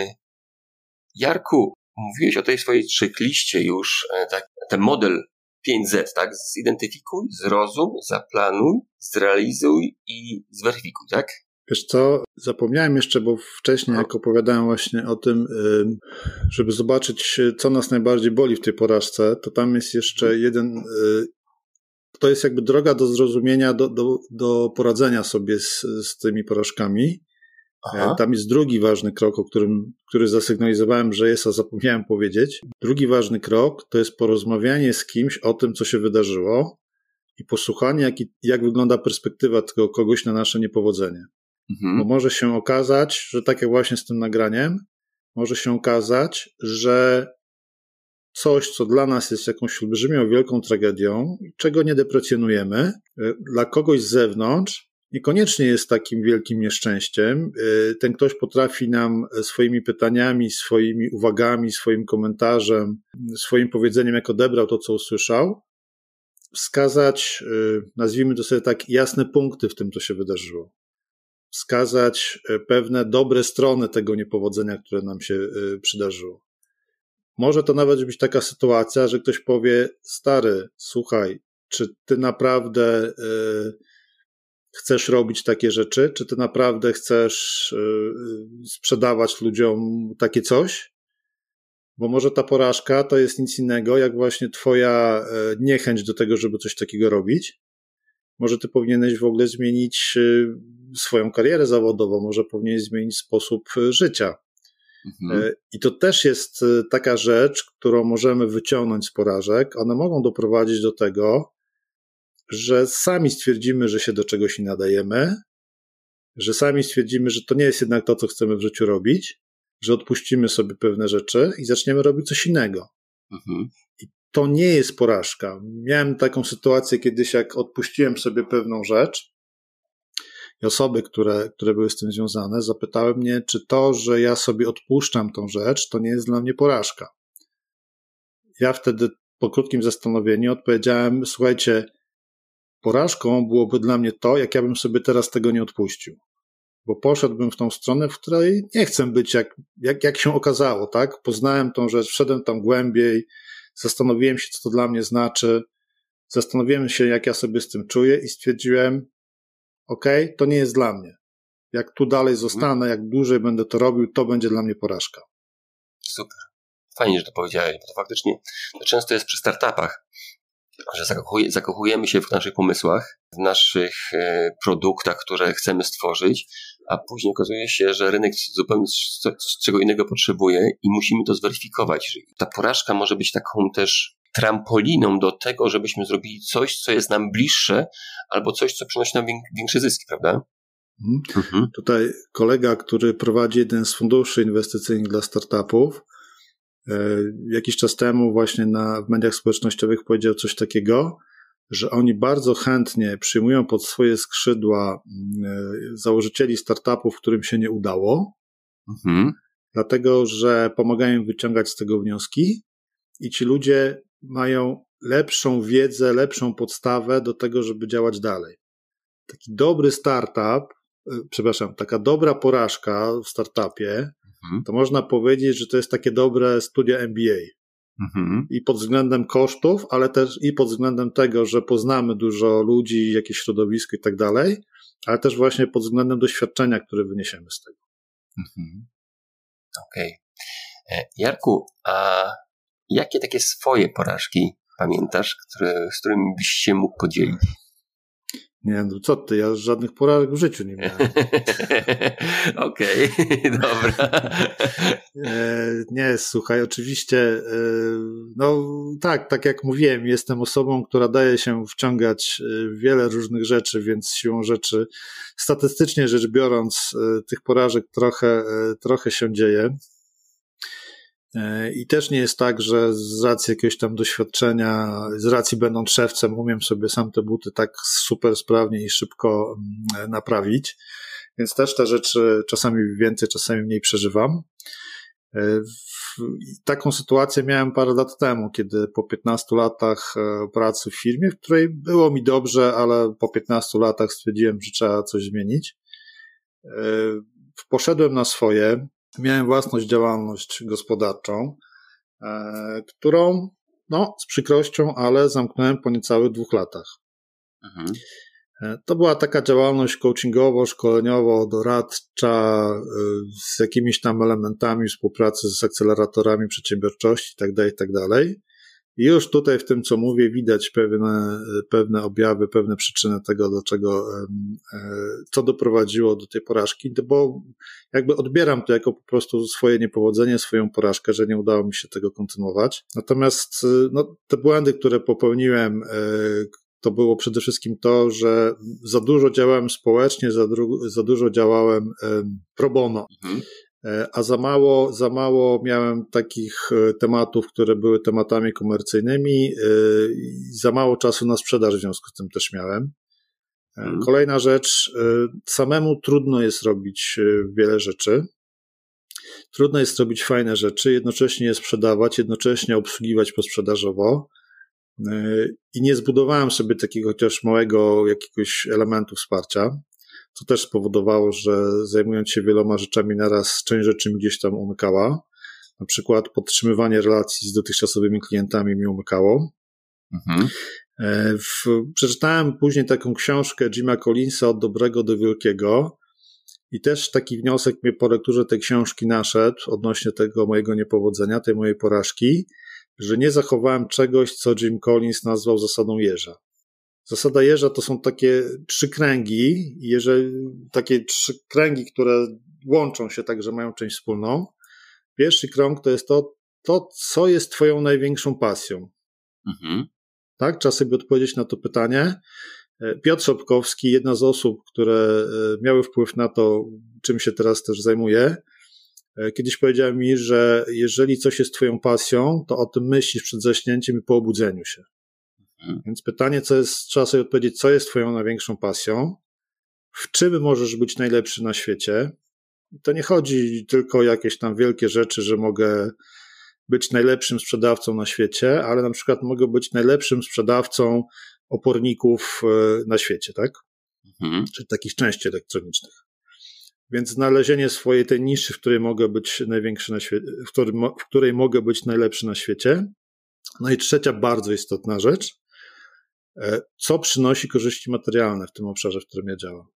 Jarku, mówiłeś o tej swojej checkliście już, tak, ten model 5Z, tak? Zidentyfikuj, zrozum, zaplanuj, zrealizuj i zweryfikuj, tak? Wiesz co, zapomniałem jeszcze, bo wcześniej jak opowiadałem właśnie o tym, żeby zobaczyć, co nas najbardziej boli w tej porażce, to tam jest jeszcze jeden, to jest jakby droga do zrozumienia, do poradzenia sobie z tymi porażkami. Aha. Tam jest drugi ważny krok, który zasygnalizowałem, że jest, a zapomniałem powiedzieć. Drugi ważny krok to jest porozmawianie z kimś o tym, co się wydarzyło i posłuchanie, jak wygląda perspektywa tego kogoś na nasze niepowodzenie. Bo może się okazać, że tak jak właśnie z tym nagraniem, może się okazać, że coś, co dla nas jest jakąś olbrzymią, wielką tragedią, czego nie deprecjonujemy, dla kogoś z zewnątrz niekoniecznie jest takim wielkim nieszczęściem. Ten ktoś potrafi nam swoimi pytaniami, swoimi uwagami, swoim komentarzem, swoim powiedzeniem, jak odebrał to, co usłyszał, wskazać, nazwijmy to sobie tak, jasne punkty w tym, co się wydarzyło. Wskazać pewne dobre strony tego niepowodzenia, które nam się przydarzyło. Może to nawet być taka sytuacja, że ktoś powie, stary, słuchaj, czy ty naprawdę chcesz robić takie rzeczy, czy ty naprawdę chcesz sprzedawać ludziom takie coś, bo może ta porażka to jest nic innego, jak właśnie twoja niechęć do tego, żeby coś takiego robić. Może ty powinieneś w ogóle zmienić swoją karierę zawodową, może powinieneś zmienić sposób życia. I to też jest taka rzecz, którą możemy wyciągnąć z porażek. One mogą doprowadzić do tego, że sami stwierdzimy, że się do czegoś nie nadajemy, że sami stwierdzimy, że to nie jest jednak to, co chcemy w życiu robić, że odpuścimy sobie pewne rzeczy i zaczniemy robić coś innego. I to nie jest porażka. Miałem taką sytuację kiedyś, jak odpuściłem sobie pewną rzecz i osoby, które były z tym związane, zapytały mnie, czy to, że ja sobie odpuszczam tą rzecz, to nie jest dla mnie porażka. Ja wtedy po krótkim zastanowieniu odpowiedziałem, słuchajcie, porażką byłoby dla mnie to, jak ja bym sobie teraz tego nie odpuścił. Bo poszedłbym w tą stronę, w której nie chcę być, jak się okazało, tak? Poznałem tą rzecz, wszedłem tam głębiej, zastanowiłem się, co to dla mnie znaczy, zastanowiłem się, jak ja sobie z tym czuję i stwierdziłem, okej, to nie jest dla mnie. Jak tu dalej zostanę, jak dłużej będę to robił, to będzie dla mnie porażka. Super. Fajnie, że to powiedziałeś, bo to faktycznie to często jest przy startupach, że zakochujemy się w naszych pomysłach, w naszych produktach, które chcemy stworzyć, a później okazuje się, że rynek zupełnie czego innego potrzebuje i musimy to zweryfikować. Ta porażka może być taką też trampoliną do tego, żebyśmy zrobili coś, co jest nam bliższe, albo coś, co przynosi nam większe zyski, prawda? Tutaj kolega, który prowadzi jeden z funduszy inwestycyjnych dla startupów, jakiś czas temu właśnie w mediach społecznościowych powiedział coś takiego, że oni bardzo chętnie przyjmują pod swoje skrzydła założycieli startupów, którym się nie udało, dlatego że pomagają im wyciągać z tego wnioski i ci ludzie mają lepszą wiedzę, lepszą podstawę do tego, żeby działać dalej. Taki dobry taka dobra porażka w startupie, to można powiedzieć, że to jest takie dobre studia MBA. I pod względem kosztów, ale też i pod względem tego, że poznamy dużo ludzi, jakieś środowisko i tak dalej, ale też właśnie pod względem doświadczenia, które wyniesiemy z tego. Okej. Jarku, a jakie takie swoje porażki pamiętasz, z którymi byś się mógł podzielić? Nie, no co ty, ja żadnych porażek w życiu nie miałem. Okej, dobra. Nie, słuchaj, oczywiście, no tak jak mówiłem, jestem osobą, która daje się wciągać w wiele różnych rzeczy, więc siłą rzeczy, statystycznie rzecz biorąc, tych porażek trochę się dzieje. I też nie jest tak, że z racji jakiegoś tam doświadczenia, z racji będąc szewcem, umiem sobie sam te buty tak super sprawnie i szybko naprawić, więc też te rzeczy czasami więcej, czasami mniej przeżywam. Taką sytuację miałem parę lat temu, kiedy po 15 latach pracy w firmie, w której było mi dobrze, ale po 15 latach stwierdziłem, że trzeba coś zmienić. Poszedłem na swoje. Miałem własną działalność gospodarczą, którą, z przykrością, ale zamknąłem po niecałych 2 latach. To była taka działalność coachingowo-szkoleniowo-doradcza z jakimiś tam elementami współpracy z akceleratorami przedsiębiorczości itd. I już tutaj w tym, co mówię, widać pewne objawy, pewne przyczyny tego, co doprowadziło do tej porażki, bo jakby odbieram to jako po prostu swoje niepowodzenie, swoją porażkę, że nie udało mi się tego kontynuować. Natomiast te błędy, które popełniłem, to było przede wszystkim to, że za dużo działałem społecznie, za dużo działałem pro bono. A za mało miałem takich tematów, które były tematami komercyjnymi, za mało czasu na sprzedaż w związku z tym też miałem. Kolejna rzecz, samemu trudno jest robić wiele rzeczy. Trudno jest robić fajne rzeczy, jednocześnie je sprzedawać, jednocześnie obsługiwać posprzedażowo. I nie zbudowałem sobie takiego chociaż małego jakiegoś elementu wsparcia, co też spowodowało, że zajmując się wieloma rzeczami naraz, część rzeczy mi gdzieś tam umykała. Na przykład podtrzymywanie relacji z dotychczasowymi klientami mi umykało. Przeczytałem później taką książkę Jima Collinsa Od dobrego do wielkiego i też taki wniosek mnie po lekturze tej książki naszedł odnośnie tego mojego niepowodzenia, tej mojej porażki, że nie zachowałem czegoś, co Jim Collins nazwał zasadą jeża. Zasada jeża to są takie 3 kręgi, takie 3 kręgi, które łączą się tak, że mają część wspólną. Pierwszy krąg to jest to, co jest twoją największą pasją. Mhm. Tak? Trzeba sobie odpowiedzieć na to pytanie. Piotr Szopkowski, jedna z osób, które miały wpływ na to, czym się teraz też zajmuję, kiedyś powiedział mi, że jeżeli coś jest twoją pasją, to o tym myślisz przed zaśnięciem i po obudzeniu się. Więc pytanie, trzeba sobie odpowiedzieć, co jest twoją największą pasją, w czym możesz być najlepszy na świecie. I to nie chodzi tylko o jakieś tam wielkie rzeczy, że mogę być najlepszym sprzedawcą na świecie, ale na przykład mogę być najlepszym sprzedawcą oporników na świecie, tak? Czyli takich części elektronicznych. Więc znalezienie swojej tej niszy, w której mogę być największy na świecie, w której mogę być najlepszy na świecie. No i trzecia bardzo istotna rzecz, co przynosi korzyści materialne w tym obszarze, w którym ja działam.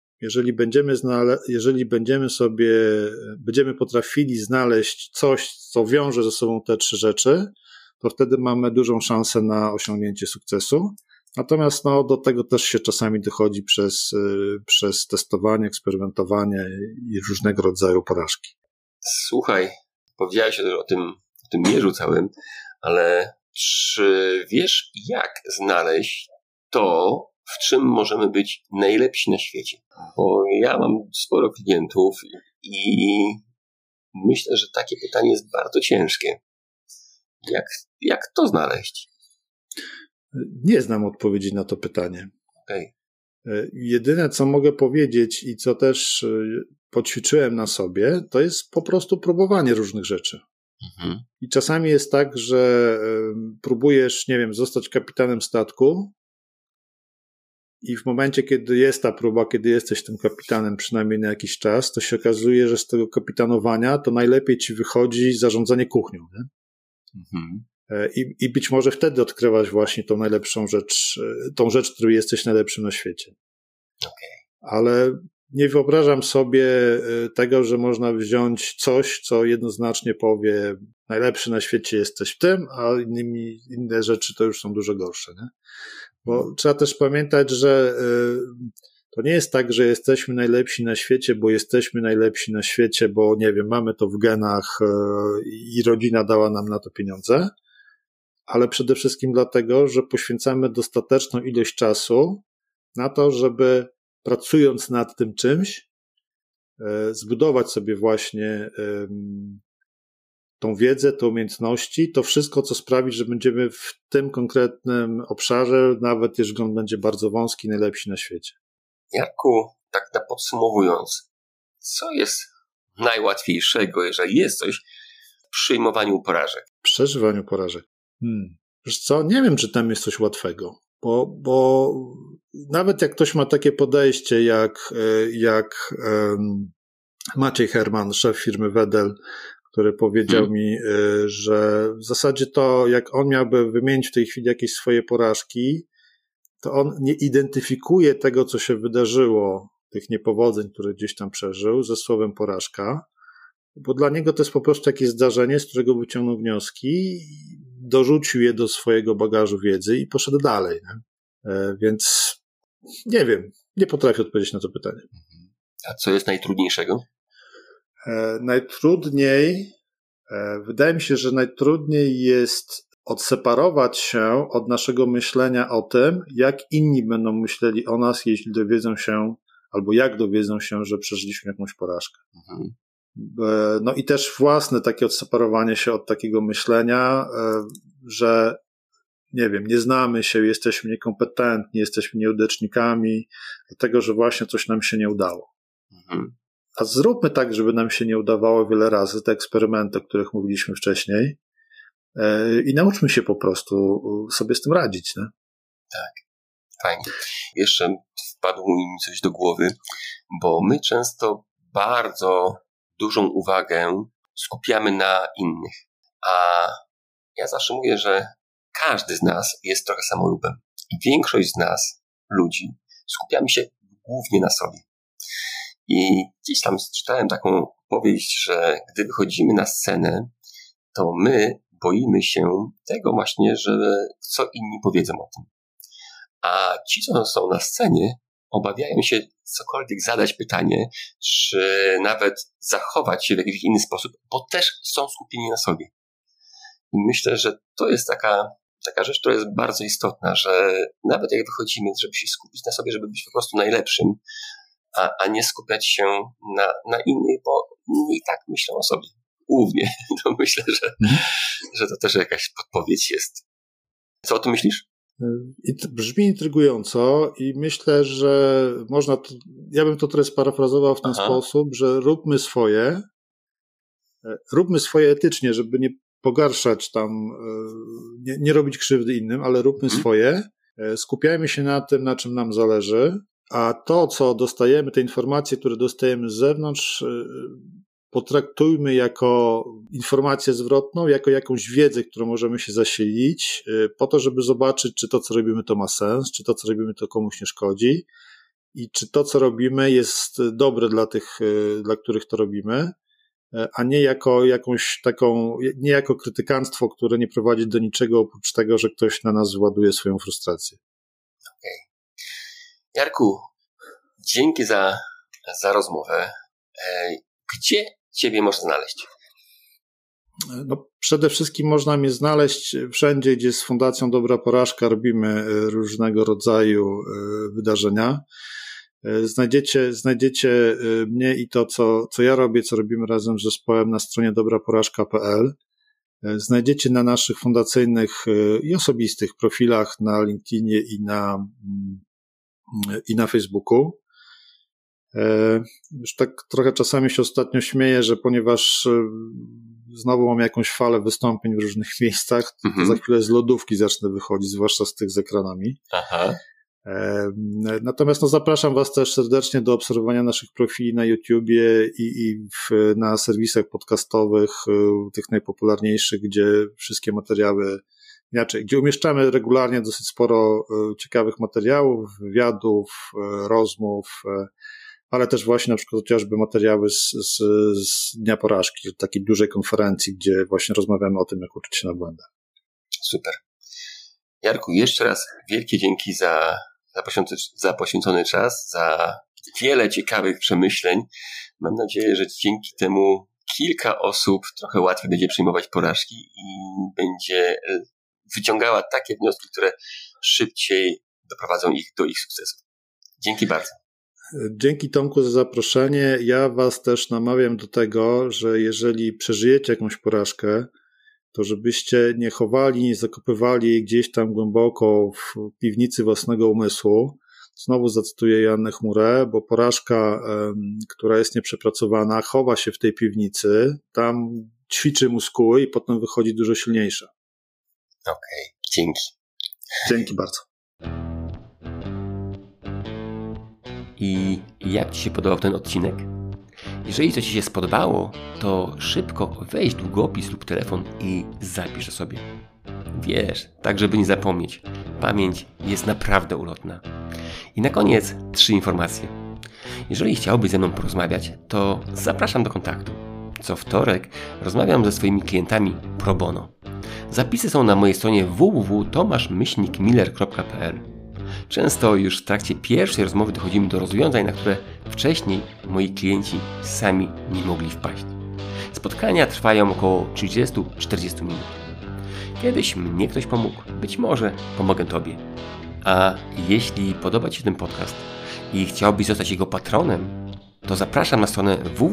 Jeżeli będziemy potrafili znaleźć coś, co wiąże ze sobą te 3 rzeczy, to wtedy mamy dużą szansę na osiągnięcie sukcesu. Natomiast do tego też się czasami dochodzi przez testowanie, eksperymentowanie i różnego rodzaju porażki. Słuchaj, powiedziałeś o tym mierzu całym, ale czy wiesz, jak znaleźć to, w czym możemy być najlepsi na świecie? Bo ja mam sporo klientów i myślę, że takie pytanie jest bardzo ciężkie. Jak to znaleźć? Nie znam odpowiedzi na to pytanie. Okay. Jedyne, co mogę powiedzieć i co też poćwiczyłem na sobie, to jest po prostu próbowanie różnych rzeczy. Mhm. I czasami jest tak, że próbujesz, zostać kapitanem statku i w momencie, kiedy jest ta próba, kiedy jesteś tym kapitanem przynajmniej na jakiś czas, to się okazuje, że z tego kapitanowania to najlepiej ci wychodzi zarządzanie kuchnią. Nie? Mhm. I być może wtedy odkrywasz właśnie tą najlepszą rzecz, tą rzecz, której jesteś najlepszym na świecie. Okay. Ale nie wyobrażam sobie tego, że można wziąć coś, co jednoznacznie powie, najlepszy na świecie jesteś w tym, a inne rzeczy to już są dużo gorsze. Nie? Bo trzeba też pamiętać, że to nie jest tak, że jesteśmy najlepsi na świecie, bo jesteśmy najlepsi na świecie, bo mamy to w genach i rodzina dała nam na to pieniądze, ale przede wszystkim dlatego, że poświęcamy dostateczną ilość czasu na to, żeby pracując nad tym czymś, zbudować sobie właśnie tą wiedzę, te umiejętności, to wszystko, co sprawi, że będziemy w tym konkretnym obszarze, nawet jeżeli on będzie bardzo wąski, najlepsi na świecie. Jarku, tak podsumowując, co jest najłatwiejszego, jeżeli jest coś, w przyjmowaniu porażek? Przeżywaniu porażek. Wiesz co, nie wiem, czy tam jest coś łatwego, bo nawet jak ktoś ma takie podejście jak Maciej Herman, szef firmy Wedel, który powiedział mi, że w zasadzie to, jak on miałby wymienić w tej chwili jakieś swoje porażki, to on nie identyfikuje tego, co się wydarzyło, tych niepowodzeń, które gdzieś tam przeżył, ze słowem porażka, bo dla niego to jest po prostu jakieś zdarzenie, z którego wyciągnął wnioski, dorzucił je do swojego bagażu wiedzy i poszedł dalej. Nie? Więc nie wiem, nie potrafię odpowiedzieć na to pytanie. A co jest najtrudniejszego? Wydaje mi się, że najtrudniej jest odseparować się od naszego myślenia o tym, jak inni będą myśleli o nas, jeśli dowiedzą się, albo jak dowiedzą się, że przeżyliśmy jakąś porażkę. Mhm. No i też własne takie odseparowanie się od takiego myślenia, że nie znamy się, jesteśmy niekompetentni, jesteśmy nieudacznikami, dlatego, że właśnie coś nam się nie udało. Mhm. A zróbmy tak, żeby nam się nie udawało wiele razy, te eksperymenty, o których mówiliśmy wcześniej, i nauczmy się po prostu sobie z tym radzić. Nie? Tak, fajnie. Jeszcze wpadło mi coś do głowy, bo my często bardzo dużą uwagę skupiamy na innych, a ja zawsze mówię, że każdy z nas jest trochę samolubem. większość z nas, ludzi, skupiamy się głównie na sobie. I gdzieś tam czytałem taką powieść, że gdy wychodzimy na scenę, to my boimy się tego właśnie, co inni powiedzą o tym. A ci, co są na scenie, obawiają się cokolwiek zadać pytanie, czy nawet zachować się w jakiś inny sposób, bo też są skupieni na sobie. I myślę, że to jest taka rzecz, która jest bardzo istotna, że nawet jak wychodzimy, żeby się skupić na sobie, żeby być po prostu najlepszym, a nie skupiać się na innych, bo inni i tak myślą o sobie. Głównie. To myślę, że to też jakaś podpowiedź jest. Co o tym myślisz? Brzmi intrygująco i myślę, że ja bym to trochę sparafrazował w ten sposób, że róbmy swoje etycznie, żeby nie pogarszać tam, nie robić krzywdy innym, ale róbmy swoje, skupiajmy się na tym, na czym nam zależy, a to, co dostajemy, te informacje, które dostajemy z zewnątrz, potraktujmy jako informację zwrotną, jako jakąś wiedzę, którą możemy się zasilić, po to, żeby zobaczyć, czy to, co robimy, to ma sens, czy to, co robimy, to komuś nie szkodzi i czy to, co robimy, jest dobre dla tych, dla których to robimy, a nie jako jakąś taką, nie jako krytykanstwo, które nie prowadzi do niczego oprócz tego, że ktoś na nas wyładuje swoją frustrację. Okej. Jarku, dzięki za rozmowę. Gdzie Ciebie można znaleźć? No, przede wszystkim można mnie znaleźć wszędzie, gdzie z Fundacją Dobra Porażka robimy różnego rodzaju wydarzenia. Znajdziecie mnie i to, co ja robię, co robimy razem z zespołem na stronie dobraporażka.pl. Znajdziecie na naszych fundacyjnych i osobistych profilach na LinkedInie i na Facebooku. Już tak trochę czasami się ostatnio śmieję, że ponieważ znowu mam jakąś falę wystąpień w różnych miejscach, to za chwilę z lodówki zacznę wychodzić, zwłaszcza z tych z ekranami. Natomiast zapraszam Was też serdecznie do obserwowania naszych profili na YouTubie na serwisach podcastowych, tych najpopularniejszych, gdzie wszystkie materiały, gdzie umieszczamy regularnie dosyć sporo ciekawych materiałów, wywiadów, rozmów, ale też właśnie na przykład chociażby materiały z Dnia Porażki, takiej dużej konferencji, gdzie właśnie rozmawiamy o tym, jak uczyć się na błędach. Super. Jarku, jeszcze raz wielkie dzięki za poświęcony czas, za wiele ciekawych przemyśleń. Mam nadzieję, że dzięki temu kilka osób trochę łatwiej będzie przyjmować porażki i będzie wyciągała takie wnioski, które szybciej doprowadzą ich do ich sukcesów. Dzięki bardzo. Dzięki, Tomku, za zaproszenie. Ja Was też namawiam do tego, że jeżeli przeżyjecie jakąś porażkę, to żebyście nie chowali, nie zakopywali gdzieś tam głęboko w piwnicy własnego umysłu. Znowu zacytuję Joannę Chmurę, bo porażka, która jest nieprzepracowana, chowa się w tej piwnicy, tam ćwiczy muskuły i potem wychodzi dużo silniejsza. Okej, dzięki. Dzięki bardzo. I jak Ci się podobał ten odcinek? Jeżeli to Ci się spodobało, to szybko weź długopis lub telefon i zapisz sobie. Wiesz, tak żeby nie zapomnieć. Pamięć jest naprawdę ulotna. I na koniec 3 informacje. Jeżeli chciałbyś ze mną porozmawiać, to zapraszam do kontaktu. Co wtorek rozmawiam ze swoimi klientami pro bono. Zapisy są na mojej stronie www.tomaszmyślnikmiller.pl. Często już w trakcie pierwszej rozmowy dochodzimy do rozwiązań, na które wcześniej moi klienci sami nie mogli wpaść. Spotkania trwają około 30-40 minut. Kiedyś mnie ktoś pomógł, być może pomogę Tobie. A jeśli podoba Ci się ten podcast i chciałbyś zostać jego patronem, to zapraszam na stronę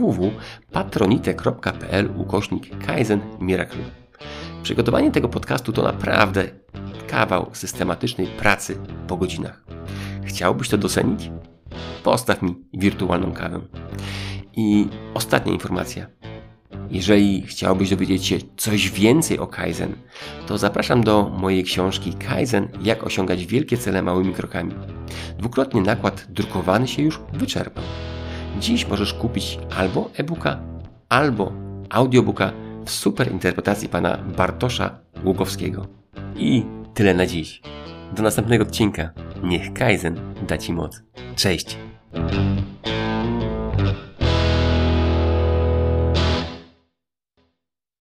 www.patronite.pl/Kaizen Miracle. Przygotowanie tego podcastu to naprawdę kawał systematycznej pracy po godzinach. Chciałbyś to docenić? Postaw mi wirtualną kawę. I ostatnia informacja. Jeżeli chciałbyś dowiedzieć się coś więcej o Kaizen, to zapraszam do mojej książki Kaizen – jak osiągać wielkie cele małymi krokami. Dwukrotnie nakład drukowany się już wyczerpał. Dziś możesz kupić albo e-booka, albo audiobooka w super interpretacji pana Bartosza Łukowskiego. I tyle na dziś. Do następnego odcinka. Niech Kaizen da Ci moc. Cześć!